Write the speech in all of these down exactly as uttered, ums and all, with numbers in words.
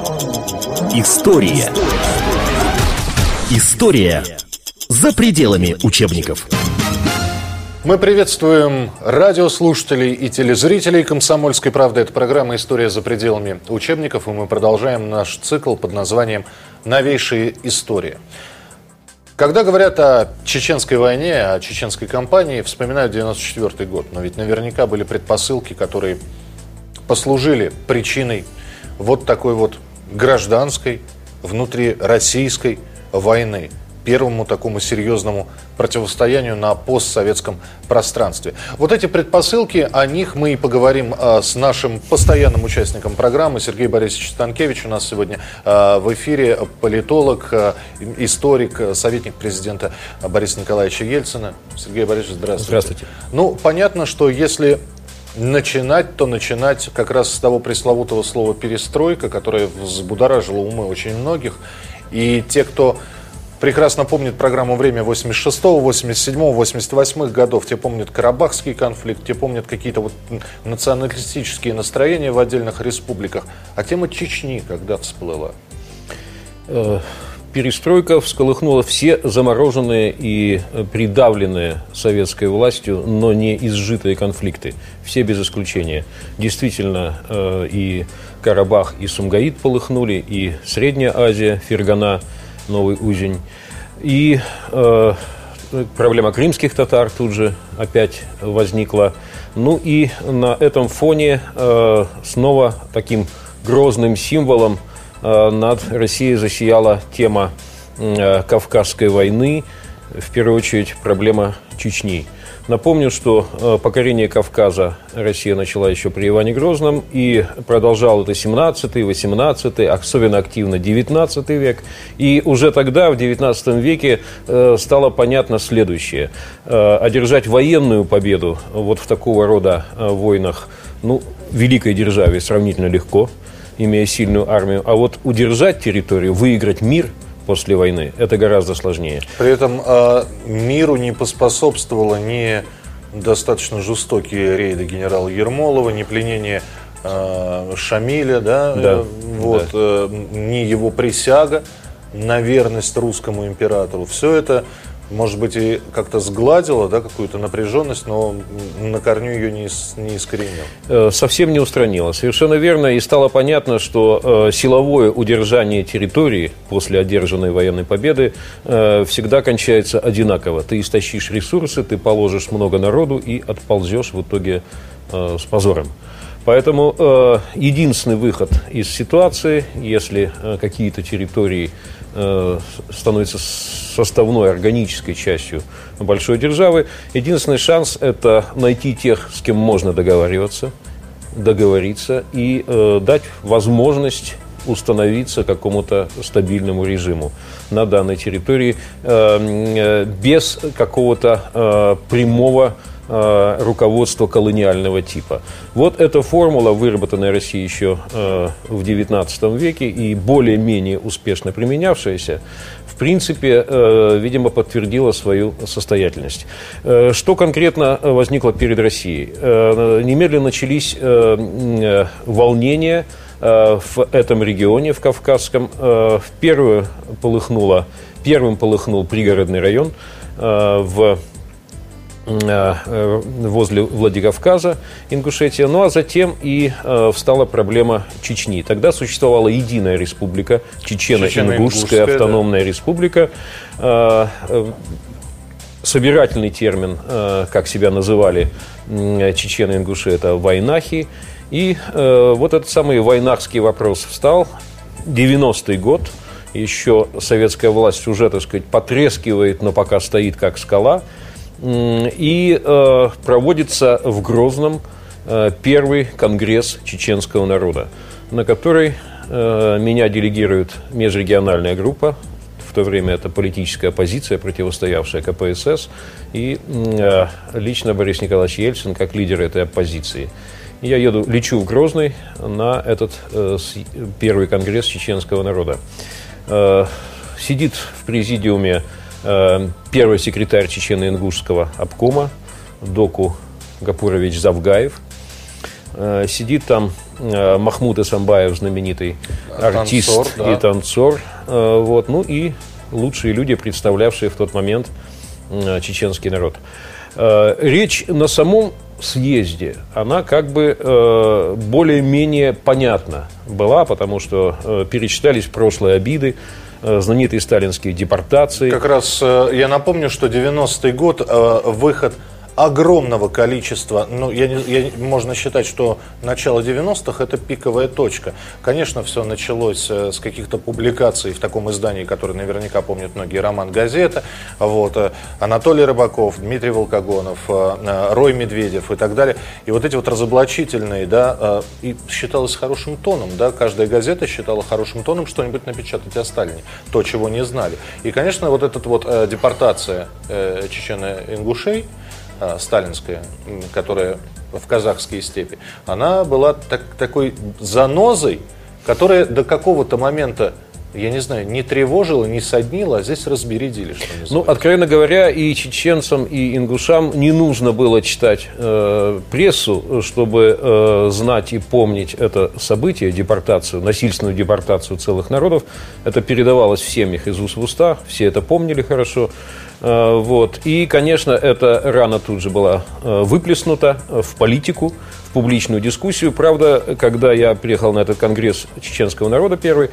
История. История за пределами учебников. Мы приветствуем радиослушателей и телезрителей «Комсомольской правды». Это программа «История за пределами учебников», и мы продолжаем наш цикл под названием «Новейшие истории». Когда говорят о чеченской войне, о чеченской кампании, вспоминают девяносто четвёртый год. Но ведь наверняка были предпосылки, которые послужили причиной вот такой вот гражданской, внутрироссийской войны. Первому такому серьезному противостоянию на постсоветском пространстве. Вот эти предпосылки, о них мы и поговорим а, с нашим постоянным участником программы Сергей Борисович Станкевич. У нас сегодня а, в эфире политолог, а, историк, советник президента Бориса Николаевича Ельцина. Сергей Борисович, здравствуйте. Здравствуйте. Ну, понятно, что если начинать, то начинать как раз с того пресловутого слова «перестройка», которое взбудоражило умы очень многих. И те, кто прекрасно помнит программу «Время» восемьдесят шестого, восемьдесят седьмого, восемьдесят восьмого годов. Те помнят Карабахский конфликт, те помнят какие-то вот националистические настроения в отдельных республиках. А тема Чечни когда всплыла? Перестройка всколыхнула все замороженные и придавленные советской властью, но не изжитые конфликты. Все без исключения. Действительно, и Карабах, и Сумгаит полыхнули, и Средняя Азия, Фергана, Новый Узень. И э, проблема крымских татар тут же опять возникла. Ну и на этом фоне э, снова таким грозным символом э, над Россией засияла тема э, Кавказской войны, в первую очередь проблема Чечни. Напомню, что э, покорение Кавказа Россия начала еще при Иване Грозном и продолжала это семнадцатый, восемнадцатый, особенно активно девятнадцатый век. И уже тогда, в девятнадцатом веке, э, стало понятно следующее. Э, одержать военную победу вот в такого рода э, войнах, ну, великой державе сравнительно легко, имея сильную армию. А вот удержать территорию, выиграть мир после войны, это гораздо сложнее. При этом э, миру не поспособствовало ни достаточно жестокие рейды генерала Ермолова, ни пленение э, Шамиля, да, да, э, вот, да. Э, ни его присяга на верность русскому императору. Все это, может быть, и как-то сгладило, да, какую-то напряженность, но на корню ее не, не искоренило. Совсем не устранило. Совершенно верно. И стало понятно, что э, силовое удержание территории после одержанной военной победы э, всегда кончается одинаково. Ты истощишь ресурсы, ты положишь много народу и отползешь в итоге э, с позором. Поэтому э, единственный выход из ситуации, если э, какие-то территории э, становятся составной, органической частью большой державы, единственный шанс – это найти тех, с кем можно договариваться, договориться и э, дать возможность установиться какому-то стабильному режиму на данной территории э, э, без какого-то э, прямого руководство колониального типа. Вот эта формула, выработанная Россией еще э, в девятнадцатом веке и более-менее успешно применявшаяся, в принципе, э, видимо, подтвердила свою состоятельность. Э, что конкретно возникло перед Россией? Э, немедленно начались э, э, волнения э, в этом регионе, в Кавказском. Э, в первую полыхнуло, первым полыхнул пригородный район э, в возле Владикавказа, Ингушетия. Ну а затем и э, встала проблема Чечни. Тогда существовала единая республика, Чечено-Ингушская автономная да. республика. Э, э, собирательный термин, э, как себя называли э, чечено-ингуши, это вайнахи. И э, вот этот самый вайнахский вопрос встал. девяностый год. Еще советская власть уже, так сказать, потрескивает, но пока стоит как скала. И э, проводится в Грозном э, первый конгресс чеченского народа, на который э, меня делегирует межрегиональная группа. В то время это политическая оппозиция, противостоявшая ка пэ эс эс, и э, лично Борис Николаевич Ельцин как лидер этой оппозиции. Я еду, лечу в Грозный на этот э, первый конгресс чеченского народа. Э, сидит в президиуме первый секретарь Чечено-Ингушского обкома Доку Гапурович Завгаев. Сидит там Махмуд Эсамбаев, знаменитый артист танцор, да. и танцор. Вот. Ну и лучшие люди, представлявшие в тот момент чеченский народ. Речь на самом съезде, она как бы более-менее понятна была, потому что перечитались прошлые обиды, знаменитые сталинские депортации. Как раз я напомню, что девяностый год, выход огромного количества, ну, я не, я, можно считать, что начало девяностых – это пиковая точка. Конечно, все началось с каких-то публикаций в таком издании, которое наверняка помнят многие, «Роман Газета», вот, Анатолий Рыбаков, Дмитрий Волкогонов, Рой Медведев и так далее. И вот эти вот разоблачительные, да, и считалось хорошим тоном, да, каждая газета считала хорошим тоном что-нибудь напечатать о Сталине, то, чего не знали. И, конечно, вот эта вот депортация чечено-ингушей, сталинская, которая в казахские степи, она была так, такой занозой, которая до какого-то момента, я не знаю, не тревожила, не соднила, а здесь разбередили, что называется. Ну, откровенно говоря, и чеченцам, и ингушам не нужно было читать э, прессу, чтобы э, знать и помнить это событие, депортацию, насильственную депортацию целых народов. Это передавалось в семьях из уст в уста, все это помнили хорошо. Вот. И, конечно, эта рана тут же была выплеснута в политику, в публичную дискуссию. Правда, когда я приехал на этот конгресс чеченского народа первый,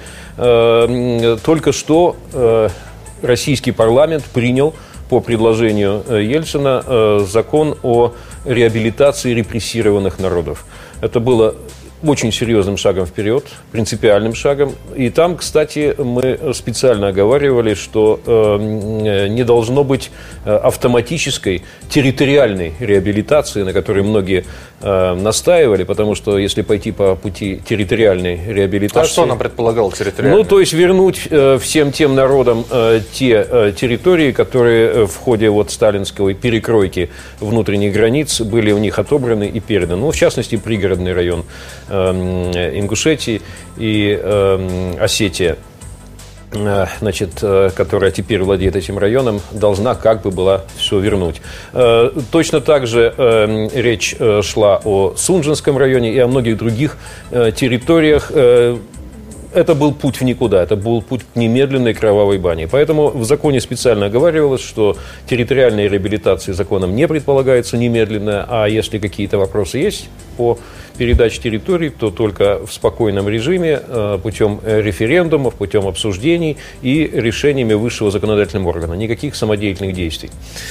только что российский парламент принял по предложению Ельцина закон о реабилитации репрессированных народов. Это было очень серьезным шагом вперед, принципиальным шагом. И там, кстати, мы специально оговаривали, что э, не должно быть автоматической территориальной реабилитации, на которой многие э, настаивали, потому что если пойти по пути территориальной реабилитации... А что она предполагала территориально? Ну, то есть вернуть э, всем тем народам э, те э, территории, которые в ходе вот сталинской перекройки внутренних границ были у них отобраны и переданы. Ну, в частности, пригородный район Ингушетии и э, Осетия, э, значит, э, которая теперь владеет этим районом, должна как бы была все вернуть. Э, точно так же э, речь шла о Сунжинском районе и о многих других э, территориях. Э, Это был путь в никуда, это был путь к немедленной кровавой бане. Поэтому в законе специально оговаривалось, что территориальной реабилитации законом не предполагается немедленно, а если какие-то вопросы есть по передаче территорий, то только в спокойном режиме, путем референдумов, путем обсуждений и решениями высшего законодательного органа. Никаких самодеятельных действий.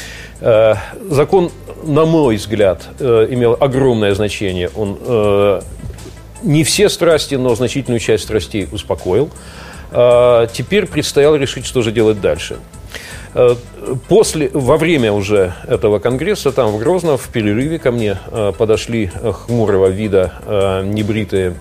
Закон, на мой взгляд, имел огромное значение. Он не все страсти, но значительную часть страстей успокоил. Теперь предстояло решить, что же делать дальше. После, во время уже этого конгресса, там в Грозном, в перерыве ко мне подошли хмурого вида небритые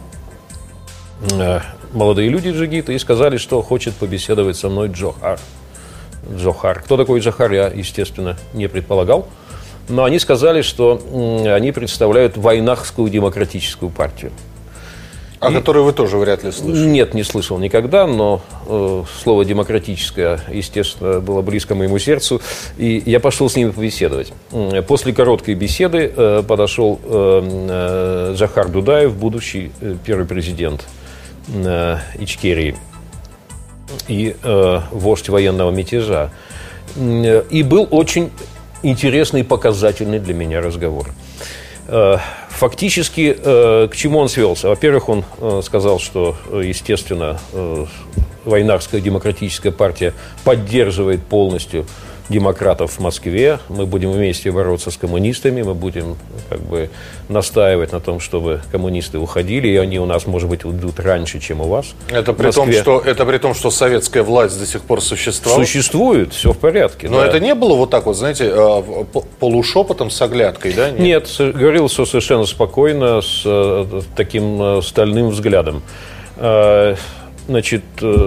молодые люди джигиты и сказали, что хочет побеседовать со мной Джохар. Джохар. Кто такой Джохар, я, естественно, не предполагал. Но они сказали, что они представляют Вайнахскую демократическую партию. О и... которой вы тоже вряд ли слышали. Нет, не слышал никогда, но э, слово «демократическое», естественно, было близко моему сердцу, и я пошел с ними побеседовать. После короткой беседы э, подошел э, Джохар Дудаев, будущий э, первый президент э, Ичкерии и э, вождь военного мятежа. И был очень интересный и показательный для меня разговор. Фактически, к чему он свелся? Во-первых, он сказал, что, естественно, Вайнахская демократическая партия поддерживает полностью демократов в Москве. Мы будем вместе бороться с коммунистами, мы будем как бы настаивать на том, чтобы коммунисты уходили, и они у нас, может быть, уйдут раньше, чем у вас. Это при, том, что, это при том, что советская власть до сих пор существует? Существует, все в порядке. Но да. Это не было вот так вот, знаете, полушепотом, с оглядкой, да? Нет, Нет говорил все совершенно спокойно, с таким стальным взглядом. Значит,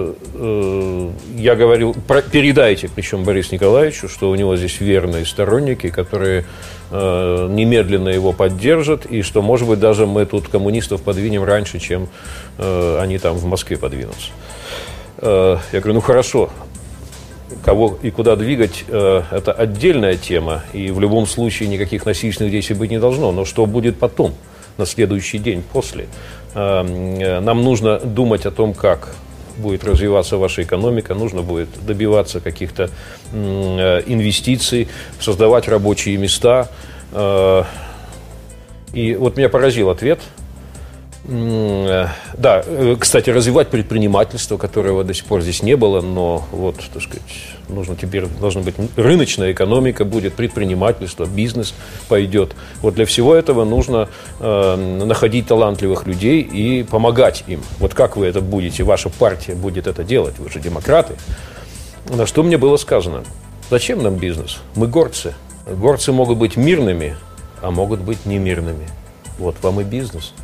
я говорил, передайте, причем Борису Николаевичу, что у него здесь верные сторонники, которые немедленно его поддержат, и что, может быть, даже мы тут коммунистов подвинем раньше, чем они там в Москве подвинутся. Я говорю, ну хорошо, кого и куда двигать, это отдельная тема, и в любом случае никаких насильственных действий быть не должно, но что будет потом? на следующий день после. Нам нужно думать о том, как будет развиваться ваша экономика, нужно будет добиваться каких-то инвестиций, создавать рабочие места. И вот меня поразил ответ. Да, кстати, развивать предпринимательство, которого до сих пор здесь не было, но вот, так сказать, нужно теперь, должна быть рыночная экономика, будет предпринимательство, бизнес пойдет. Вот для всего этого нужно э, находить талантливых людей и помогать им. Вот как вы это будете, ваша партия будет это делать, вы же демократы. На что мне было сказано: зачем нам бизнес? Мы горцы. Горцы могут быть мирными, а могут быть немирными. Вот вам и бизнес.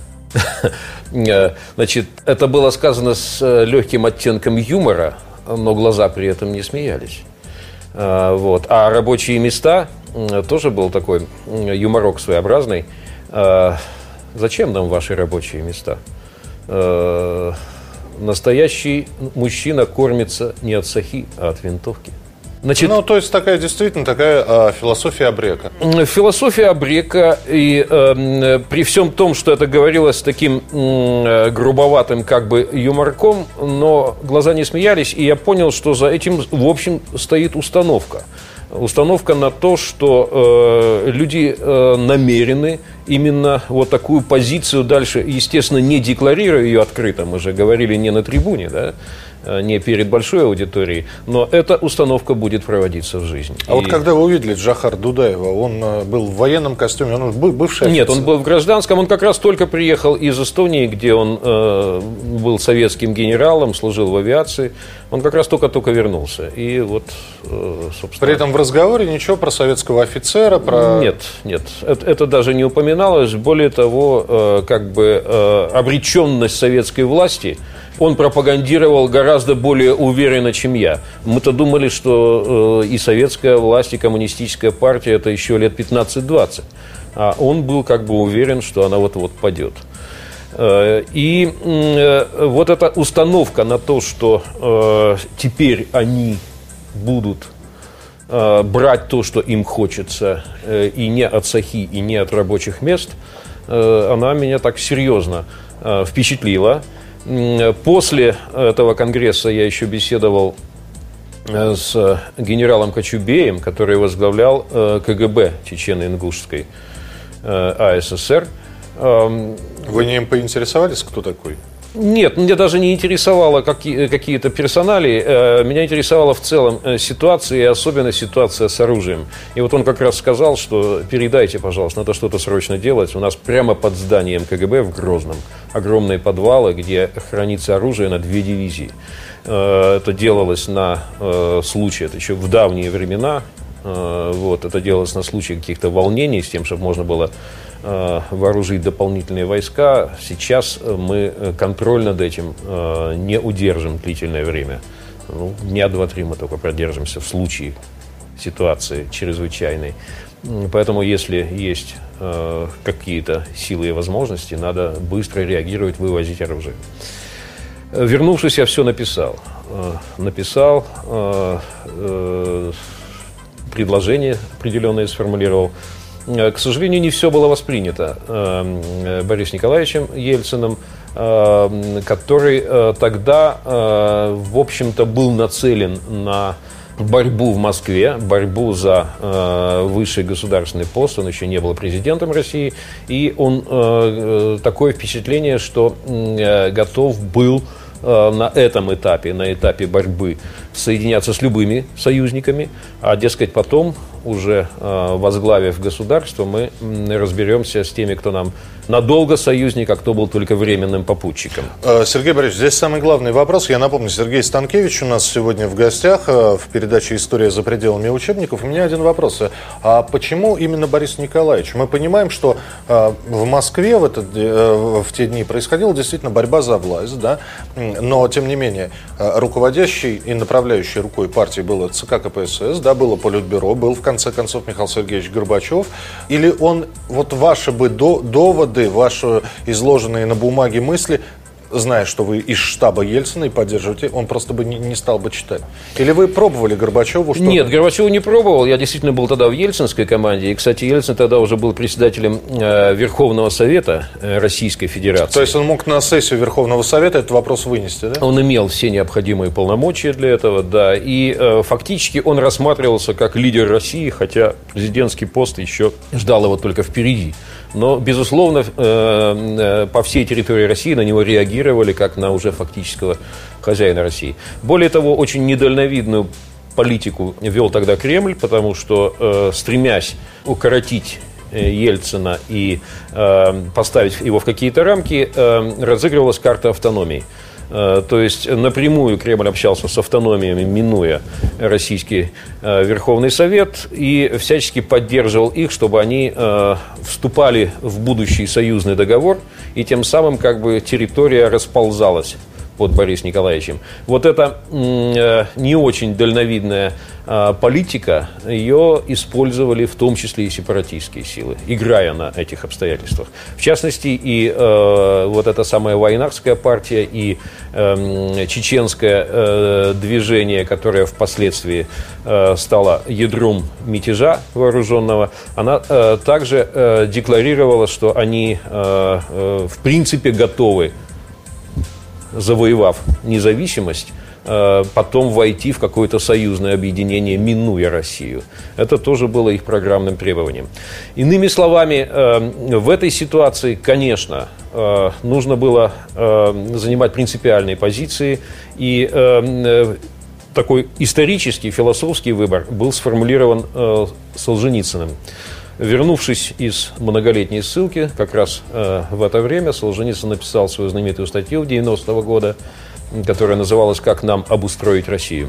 Значит, это было сказано с легким оттенком юмора, но глаза при этом не смеялись. Вот. А рабочие места, тоже был такой юморок своеобразный. Зачем нам ваши рабочие места? Настоящий мужчина кормится не от сахи, а от винтовки. Значит, ну, то есть такая действительно такая э, философия абрека. Философия абрека, и э, при всем том, что это говорилось таким э, грубоватым как бы юморком, но глаза не смеялись, и я понял, что за этим, в общем, стоит установка. Установка на то, что э, люди э, намерены именно вот такую позицию дальше, естественно, не декларируя ее открыто, мы же говорили не на трибуне, да, не перед большой аудиторией, но эта установка будет проводиться в жизнь. А и... вот когда вы увидели Джохара Дудаева, он был в военном костюме, он был бывший офицер? Нет, он был в гражданском, он как раз только приехал из Эстонии, где он э, был советским генералом, служил в авиации, он как раз только-только вернулся. И вот, э, собственно... При этом в разговоре ничего про советского офицера, про... Нет, нет, это, это даже не упоминалось. Более того, э, как бы э, обреченность советской власти он пропагандировал гораздо более уверенно, чем я. Мы-то думали, что э, и советская власть, и коммунистическая партия – это еще лет пятнадцать-двадцать. А он был как бы уверен, что она вот-вот падет. Э, и э, вот эта установка на то, что э, теперь они будут э, брать то, что им хочется, э, и не от сахи, и не от рабочих мест, э, она меня так серьезно э, впечатлила. После этого конгресса я еще беседовал с генералом Кочубеем, который возглавлял КГБ Чечено-Ингушской АССР. Вы не им поинтересовались, кто такой? Нет, меня даже не интересовало какие, какие-то персоналии, меня интересовала в целом ситуация, и особенно ситуация с оружием. И вот он как раз сказал, что передайте, пожалуйста, надо что-то срочно делать. У нас прямо под зданием КГБ в Грозном огромные подвалы, где хранится оружие на две дивизии. Это делалось на случай, это еще в давние времена, вот, это делалось на случай каких-то волнений, с тем, чтобы можно было вооружить дополнительные войска. Сейчас мы контроль над этим не удержим длительное время. Ну, дня два-три мы только продержимся в случае ситуации чрезвычайной. Поэтому, если есть какие-то силы и возможности, надо быстро реагировать, вывозить оружие. Вернувшись, я все написал. Написал, предложение определенное сформулировал. К сожалению, не все было воспринято Борисом Николаевичем Ельциным, который тогда, в общем-то, был нацелен на борьбу в Москве, борьбу за высший государственный пост. Он еще не был президентом России. И он такое впечатление, что готов был на этом этапе, на этапе борьбы соединяться с любыми союзниками, а, дескать, потом, уже э, возглавив государство, мы разберемся с теми, кто нам надолго союзник, а кто был только временным попутчиком. Сергей Борисович, здесь самый главный вопрос. Я напомню, Сергей Станкевич у нас сегодня в гостях в передаче «История за пределами учебников». У меня один вопрос. А почему именно Борис Николаевич? Мы понимаем, что в Москве в, этот, в те дни происходила действительно борьба за власть, да? Но, тем не менее, руководящей и направляющей рукой партии было ЦК КПСС, да, было Политбюро, был, в конце концов, Михаил Сергеевич Горбачев. Или он, вот ваши бы до, доводы, ваши изложенные на бумаге мысли, зная, что вы из штаба Ельцина и поддерживаете, он просто бы не, не стал бы читать? Или вы пробовали Горбачеву что-то? Нет, Горбачеву не пробовал. Я действительно был тогда в ельцинской команде. И, кстати, Ельцин тогда уже был председателем э, Верховного Совета э, Российской Федерации. То есть он мог на сессию Верховного Совета этот вопрос вынести, да? Он имел все необходимые полномочия для этого, да. И э, фактически он рассматривался как лидер России, хотя президентский пост еще ждал его только впереди. Но, безусловно, э, э, по всей территории России на него реагировали как на уже фактического хозяина России. Более того, очень недальновидную политику вел тогда Кремль, потому что, э, стремясь укоротить Ельцина и э, поставить его в какие-то рамки, э, разыгрывалась карта автономии. Э, то есть напрямую Кремль общался с автономиями, минуя Российский э, Верховный Совет, и всячески поддерживал их, чтобы они э, вступали в будущий союзный договор, и тем самым как бы территория расползалась под Борисом Николаевичем. Вот эта э, не очень дальновидная э, политика, ее использовали в том числе и сепаратистские силы, играя на этих обстоятельствах. В частности, и э, вот эта самая Вайнарская партия, и э, чеченское э, движение, которое впоследствии э, стало ядром мятежа вооруженного, она э, также э, декларировала, что они э, э, в принципе готовы, завоевав независимость, потом войти в какое-то союзное объединение, минуя Россию. Это тоже было их программным требованием. Иными словами, в этой ситуации, конечно, нужно было занимать принципиальные позиции, и такой исторический, философский выбор был сформулирован Солженицыным. Вернувшись из многолетней ссылки, как раз э, в это время Солженицын написал свою знаменитую статью девяностого года, которая называлась «Как нам обустроить Россию».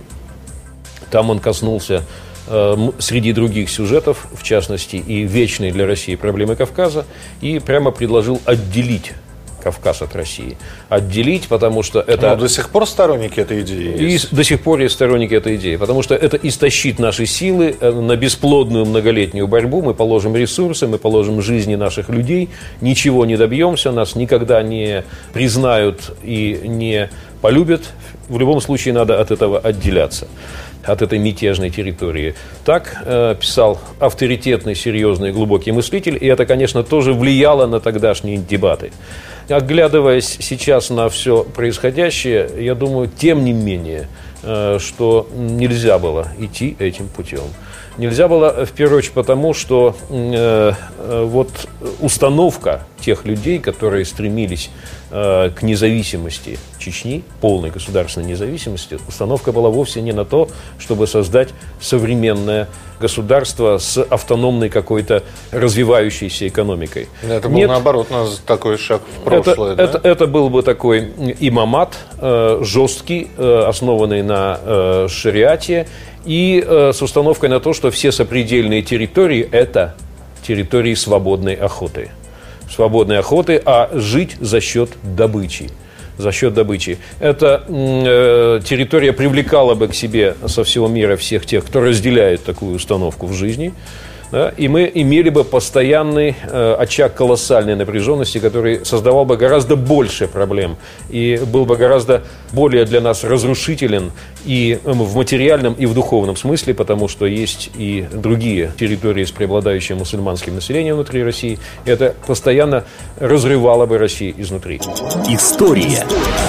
Там он коснулся, э, среди других сюжетов, в частности, и вечной для России проблемы Кавказа, и прямо предложил отделить Кавказ от России. Отделить, потому что это... Но до сих пор сторонники этой идеи есть. И до сих пор есть сторонники этой идеи, потому что это истощит наши силы на бесплодную многолетнюю борьбу. Мы положим ресурсы, мы положим жизни наших людей, ничего не добьемся, нас никогда не признают и не полюбят. В любом случае надо от этого отделяться, от этой мятежной территории. Так э, писал авторитетный, серьезный, глубокий мыслитель, и это, конечно, тоже влияло на тогдашние дебаты. Оглядываясь сейчас на все происходящее, я думаю, тем не менее, э, что нельзя было идти этим путем. Нельзя было, в первую очередь, потому что э, э, вот установка тех людей, которые стремились э, к независимости Чечни, полной государственной независимости, установка была вовсе не на то, чтобы создать современное государство с автономной какой-то развивающейся экономикой. Это был, Нет, наоборот, у нас такой шаг в прошлое. Это, да? это, это был бы такой имамат, э, жесткий, э, основанный на э, шариате, и э, с установкой на то, что все сопредельные территории – это территории свободной охоты. Свободной охоты, а жить за счет добычи. За счет добычи. Эта э, территория привлекала бы к себе со всего мира всех тех, кто разделяет такую установку в жизни. Да, и мы имели бы постоянный э, очаг колоссальной напряженности, который создавал бы гораздо больше проблем и был бы гораздо более для нас разрушителен и э, в материальном, и в духовном смысле, потому что есть и другие территории с преобладающим мусульманским населением внутри России. И это постоянно разрывало бы Россию изнутри. История.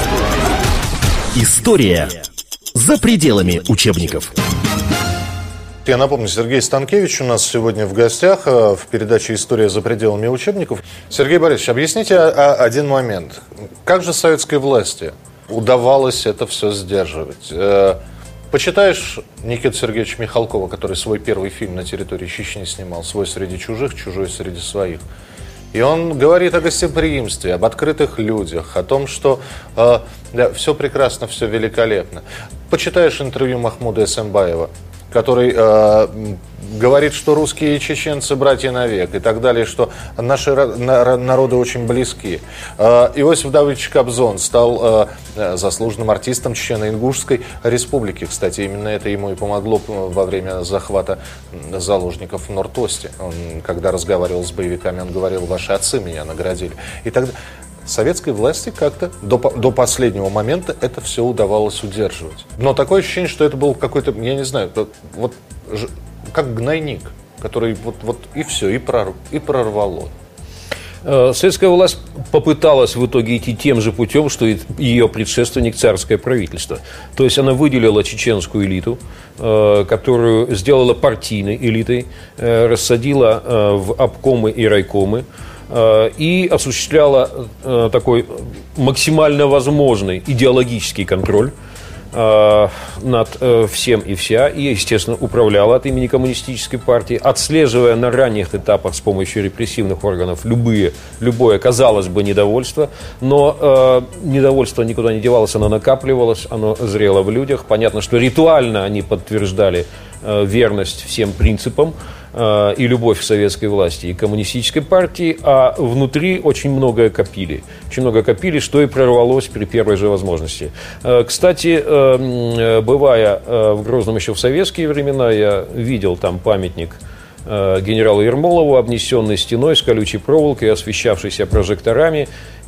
История за пределами учебников. Я напомню, Сергей Станкевич у нас сегодня в гостях в передаче «История за пределами учебников». Сергей Борисович, объясните один момент. Как же советской власти удавалось это все сдерживать? Почитаешь Никиту Сергеевича Михалкова, который свой первый фильм на территории Чечни снимал, «Свой среди чужих, чужой среди своих». И он говорит о гостеприимстве, об открытых людях, о том, что э, да, все прекрасно, все великолепно. Почитаешь интервью Махмуда Эсэмбаева, который э, говорит, что русские и чеченцы братья навек и так далее, что наши народы очень близки. Э, Иосиф Давыдович Кобзон стал э, заслуженным артистом Чечено-Ингушской республики. Кстати, именно это ему и помогло во время захвата заложников в Норд-Осте. Он, когда разговаривал с боевиками, он говорил: ваши отцы меня наградили. И тогда советской власти как-то до, до последнего момента это все удавалось удерживать. Но такое ощущение, что это был какой-то, я не знаю, вот как гнойник, который вот, вот и все, и, прор, и прорвало. Советская власть попыталась в итоге идти тем же путем, что и ее предшественник царское правительство. То есть она выделила чеченскую элиту, которую сделала партийной элитой, рассадила в обкомы и райкомы и осуществляла такой максимально возможный идеологический контроль над всем и вся, и, естественно, управляла от имени коммунистической партии, отслеживая на ранних этапах с помощью репрессивных органов любые, любое, казалось бы, недовольство, но э, недовольство никуда не девалось, оно накапливалось, оно зрело в людях. Понятно, что ритуально они подтверждали э, верность всем принципам э, и любовь к советской власти и коммунистической партии, а внутри очень многое копили. Очень много копили, что и прорвалось при первой же возможности. Э, кстати, э, бывая в Грозном еще в советские времена, я видел там памятник генералу Ермолову, обнесенный стеной с колючей проволокой, освещавшийся прожекторами.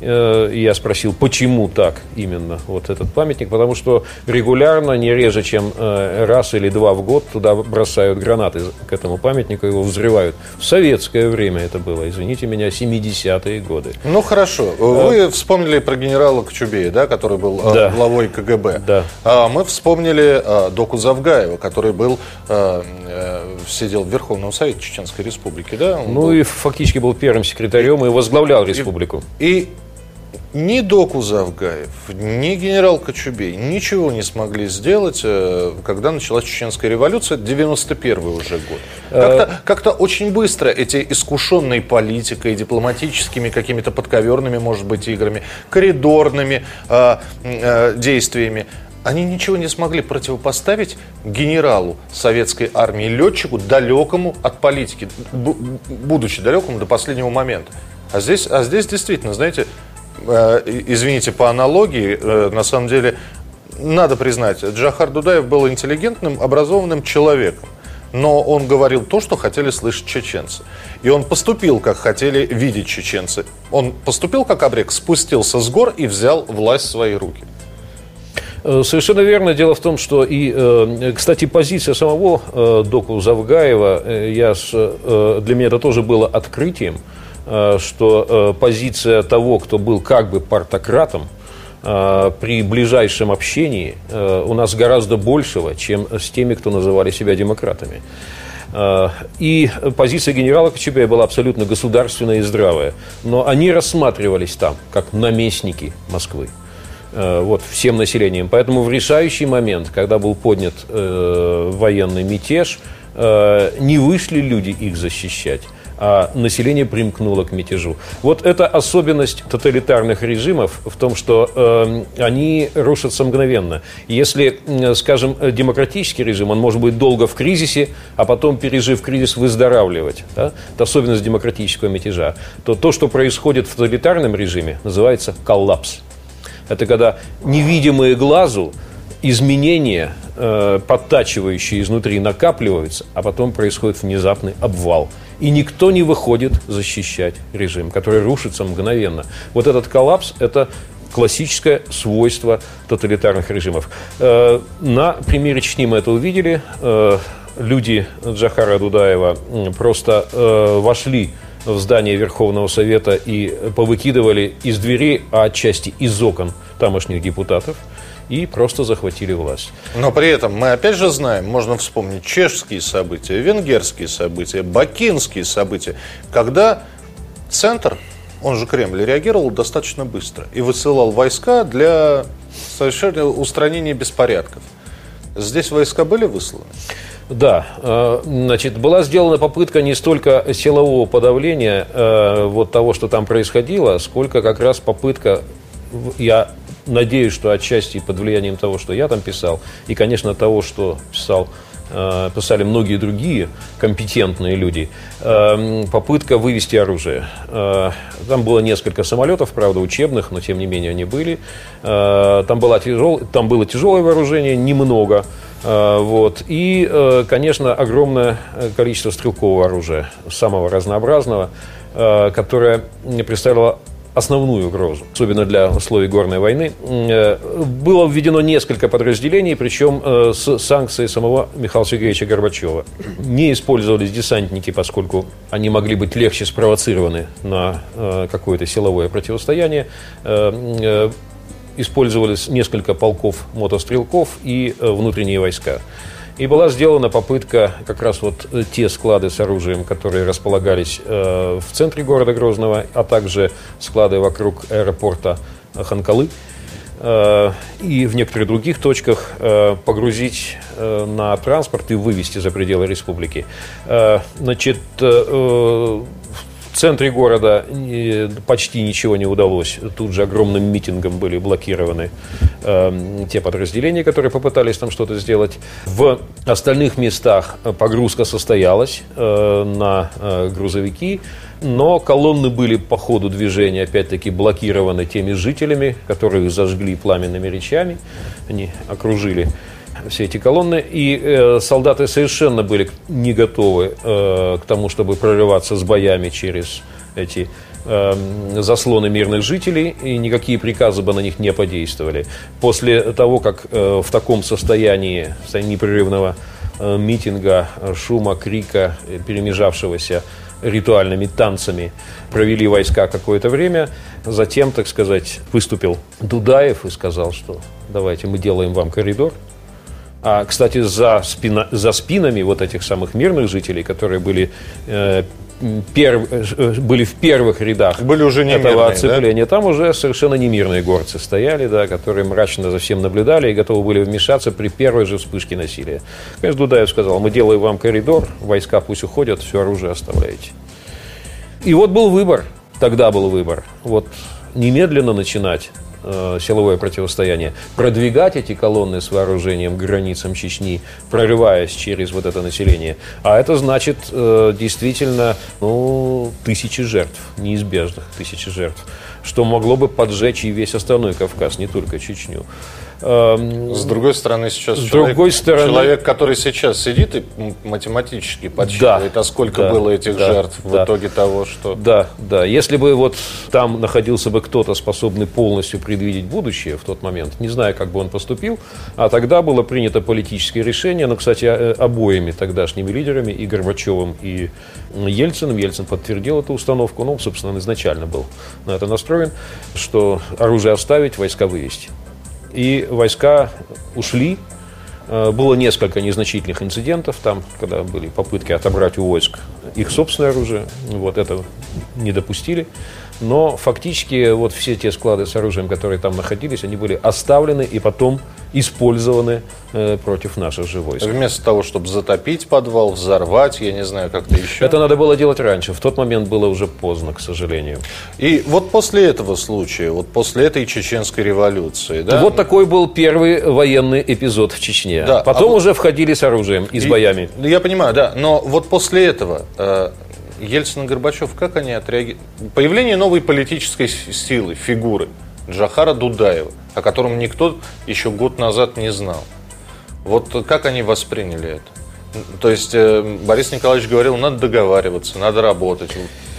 Я спросил, почему так именно вот этот памятник, потому что регулярно, не реже, чем раз или два в год, туда бросают гранаты к этому памятнику, его взрывают. В советское время это было, извините меня, семидесятые годы. Ну, хорошо. Вы а... вспомнили про генерала Кочубея, да, который был да. главой ка гэ бэ. Да. А мы вспомнили а, Доку Завгаева, который был, а, сидел в Верховном Совете Чеченской Республики, да? Он ну был... и фактически был первым секретарем и, и возглавлял республику. И, и ни Доку Завгаев, ни генерал Кочубей ничего не смогли сделать, когда началась Чеченская революция, девяносто первый уже год. Как-то, как-то очень быстро эти искушенные политикой, дипломатическими какими-то подковерными, может быть, играми, коридорными э, э, действиями, они ничего не смогли противопоставить генералу советской армии, летчику, далекому от политики, будучи далекому до последнего момента. А здесь, а здесь действительно, знаете, извините, по аналогии, на самом деле, надо признать, Джохар Дудаев был интеллигентным, образованным человеком. Но он говорил то, что хотели слышать чеченцы. И он поступил, как хотели видеть чеченцы. Он поступил, как Абрек, спустился с гор и взял власть в свои руки. Совершенно верно. Дело в том, что и, кстати, позиция самого Доку Завгаева, я, для меня это тоже было открытием, что позиция того, кто был как бы партократом, при ближайшем общении у нас гораздо большего, чем с теми, кто называли себя демократами. И позиция генерала Кочубея была абсолютно государственная и здравая, но они рассматривались там как наместники Москвы. Вот, всем населением. Поэтому в решающий момент, когда был поднят э, военный мятеж, э, не вышли люди их защищать, а население примкнуло к мятежу. Вот это особенность тоталитарных режимов в том, что э, они рушатся мгновенно. Если, э, скажем, демократический режим, он может быть долго в кризисе, а потом, пережив кризис, выздоравливать. Да? Это особенность демократического мятежа. То, то, что происходит в тоталитарном режиме, называется коллапс. Это когда невидимые глазу изменения, э, подтачивающие изнутри, накапливаются, а потом происходит внезапный обвал. И никто не выходит защищать режим, который рушится мгновенно. Вот этот коллапс – это классическое свойство тоталитарных режимов. Э, на примере Чечни мы это увидели. Э, люди Джохара Дудаева просто э, вошли в здание Верховного Совета и повыкидывали из дверей, а отчасти из окон тамошних депутатов, и просто захватили власть. Но при этом мы опять же знаем, можно вспомнить чешские события, венгерские события, бакинские события, когда центр, он же Кремль, реагировал достаточно быстро и высылал войска для совершенно устранения беспорядков. Здесь войска были высланы? Да, значит, была сделана попытка не столько силового подавления вот того, что там происходило, сколько как раз попытка, я надеюсь, что отчасти под влиянием того, что я там писал, и, конечно, того, что писал, писали многие другие компетентные люди, попытка вывести оружие. Там было несколько самолетов, правда, учебных, но тем не менее они были. Там было, тяжел... там было тяжелое вооружение, немного. Вот. И, конечно, огромное количество стрелкового оружия, самого разнообразного, которое представляло основную угрозу, особенно для условий горной войны. Было введено несколько подразделений, причем с санкцией самого Михаила Сергеевича Горбачева. Не использовались десантники, поскольку они могли быть легче спровоцированы на какое-то силовое противостояние. Использовались несколько полков мотострелков и внутренние войска. И была сделана попытка как раз вот те склады с оружием, которые располагались э, в центре города Грозного, а также склады вокруг аэропорта Ханкалы э, и в некоторых других точках э, погрузить э, на транспорт и вывести за пределы республики. Э, значит, э, в центре города почти ничего не удалось. Тут же огромным митингом были блокированы э, те подразделения, которые попытались там что-то сделать. В остальных местах погрузка состоялась э, на э, грузовики, но колонны были по ходу движения опять-таки блокированы теми жителями, которые зажгли пламенными речами. Они окружили все эти колонны, и э, солдаты совершенно были не готовы э, к тому, чтобы прорываться с боями через эти э, заслоны мирных жителей, и никакие приказы бы на них не подействовали. После того, как э, в таком состоянии, в состоянии непрерывного э, митинга, шума, крика, перемежавшегося ритуальными танцами, провели войска какое-то время, затем, так сказать, выступил Дудаев и сказал, что давайте мы делаем вам коридор. А, кстати, за, спина, за спинами вот этих самых мирных жителей, которые были, э, перв, э, были в первых рядах были уже не этого мирные, оцепления, да? там уже совершенно немирные горцы стояли, да, которые мрачно за всем наблюдали и готовы были вмешаться при первой же вспышке насилия. Конечно, Дудаев сказал, мы делаем вам коридор, войска пусть уходят, все оружие оставляете. И вот был выбор, тогда был выбор, вот немедленно начинать силовое противостояние, продвигать эти колонны с вооружением к границам Чечни, прорываясь через вот это население. А это значит э, действительно ну, тысячи жертв, неизбежных тысячи жертв, что могло бы поджечь и весь остальной Кавказ, не только Чечню. С другой стороны, сейчас С человек, другой стороны, человек, который сейчас сидит и математически подсчитывает, да, а сколько да, было этих да, жертв да. в итоге того, что... Да, да. Если бы вот там находился бы кто-то, способный полностью предвидеть будущее в тот момент, не знаю, как бы он поступил, а тогда было принято политическое решение, но, кстати, обоими тогдашними лидерами, и Горбачевым, и Ельциным. Ельцин подтвердил эту установку, ну, собственно, он изначально был на это настроен, что оружие оставить, войска вывести. И войска ушли. Было несколько незначительных инцидентов, там, когда были попытки отобрать у войск их собственное оружие. Вот это не допустили. Но фактически вот все те склады с оружием, которые там находились, они были оставлены и потом использованы э, против наших же войск. Вместо того, чтобы затопить подвал, взорвать, я не знаю, как-то еще. Это надо было делать раньше. В тот момент было уже поздно, к сожалению. И вот после этого случая, вот после этой чеченской революции, да? Вот такой был первый военный эпизод в Чечне. Да, Потом а уже входили с оружием и с боями. Я понимаю, да. Но вот после этого э, Ельцин и Горбачев, как они отреагировали? Появление новой политической силы, фигуры Джохара Дудаева, о котором никто еще год назад не знал. Вот как они восприняли это? То есть э, Борис Николаевич говорил, надо договариваться, надо работать.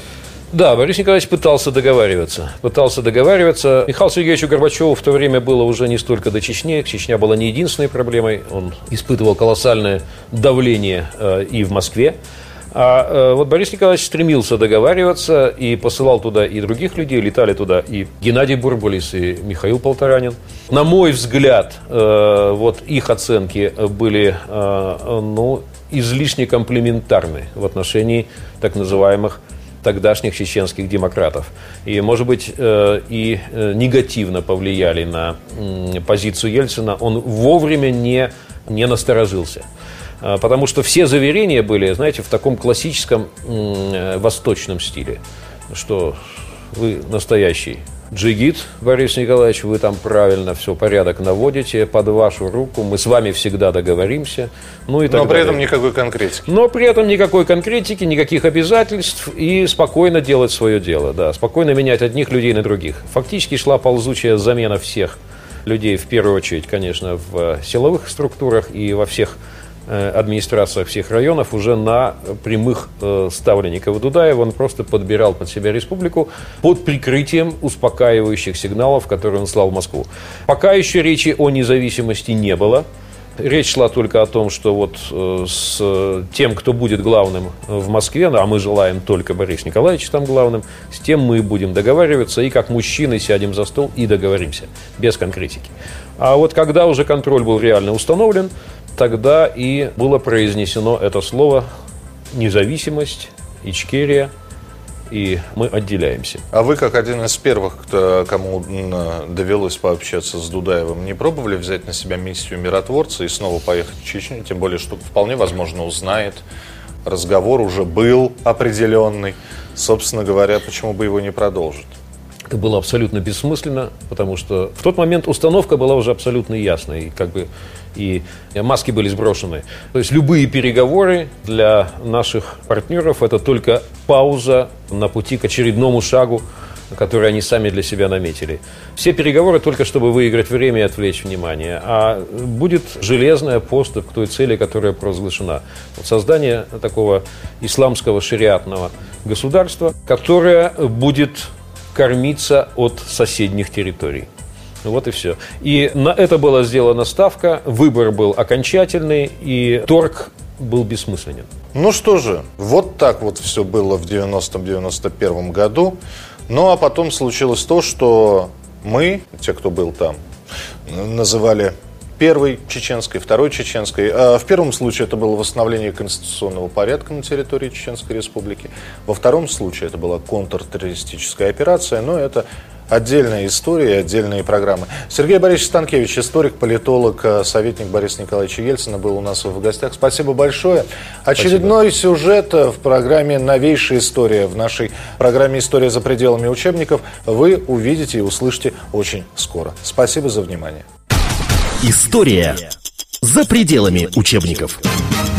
Да, Борис Николаевич пытался договариваться. Пытался договариваться. Михаилу Сергеевичу Горбачеву в то время было уже не столько до Чечни. Чечня была не единственной проблемой. Он испытывал колоссальное давление э, и в Москве. А э, вот Борис Николаевич стремился договариваться и посылал туда и других людей. Летали туда и Геннадий Бурбулис, и Михаил Полторанин. На мой взгляд, э, вот их оценки были э, ну, излишне комплиментарны в отношении так называемых тогдашних чеченских демократов. И, может быть, э, и э, негативно повлияли на э, позицию Ельцина. Он вовремя не, не насторожился. Э, потому что все заверения были, знаете, в таком классическом э, восточном стиле, что вы настоящий джигит, Борис Николаевич, вы там правильно все, порядок наводите, под вашу руку, мы с вами всегда договоримся. Ну и так Но при далее. этом никакой конкретики. Но при этом никакой конкретики, никаких обязательств и спокойно делать свое дело. Да, спокойно менять одних людей на других. Фактически шла ползучая замена всех людей, в первую очередь, конечно, в силовых структурах и во всех администрациях всех районов уже на прямых ставленников Дудаева. Он просто подбирал под себя республику под прикрытием успокаивающих сигналов, которые он слал в Москву. Пока еще речи о независимости не было. Речь шла только о том, что вот с тем, кто будет главным в Москве, а мы желаем только Бориса Николаевича там главным, с тем мы будем договариваться и как мужчины сядем за стол и договоримся, без конкретики. А вот когда уже контроль был реально установлен, тогда и было произнесено это слово «независимость», «Ичкерия», и мы отделяемся. А вы, как один из первых, кто, кому довелось пообщаться с Дудаевым, не пробовали взять на себя миссию миротворца и снова поехать в Чечню? Тем более, что вполне возможно узнает. Разговор уже был определенный. Собственно говоря, почему бы его не продолжить? Это было абсолютно бессмысленно, потому что в тот момент установка была уже абсолютно ясной, и как бы и маски были сброшены. То есть любые переговоры для наших партнеров – это только пауза на пути к очередному шагу, который они сами для себя наметили. Все переговоры только чтобы выиграть время и отвлечь внимание, а будет железная поступь к той цели, которая провозглашена. Вот создание такого исламского шариатного государства, которое будет кормиться от соседних территорий. Вот и все. И на это была сделана ставка, выбор был окончательный, и торг был бессмысленен. Ну что же, вот так вот все было в девяностом — девяносто первом году. Ну а потом случилось то, что мы, те, кто был там, называли первой чеченской, второй чеченской. В первом случае это было восстановление конституционного порядка на территории Чеченской Республики. Во втором случае это была контртеррористическая операция, но это отдельная история и отдельные программы. Сергей Борисович Станкевич, историк, политолог, советник Бориса Николаевича Ельцина, был у нас в гостях. Спасибо большое. Очередной Спасибо. Сюжет в программе «Новейшая история», в нашей программе «История за пределами учебников» вы увидите и услышите очень скоро. Спасибо за внимание. История за пределами учебников.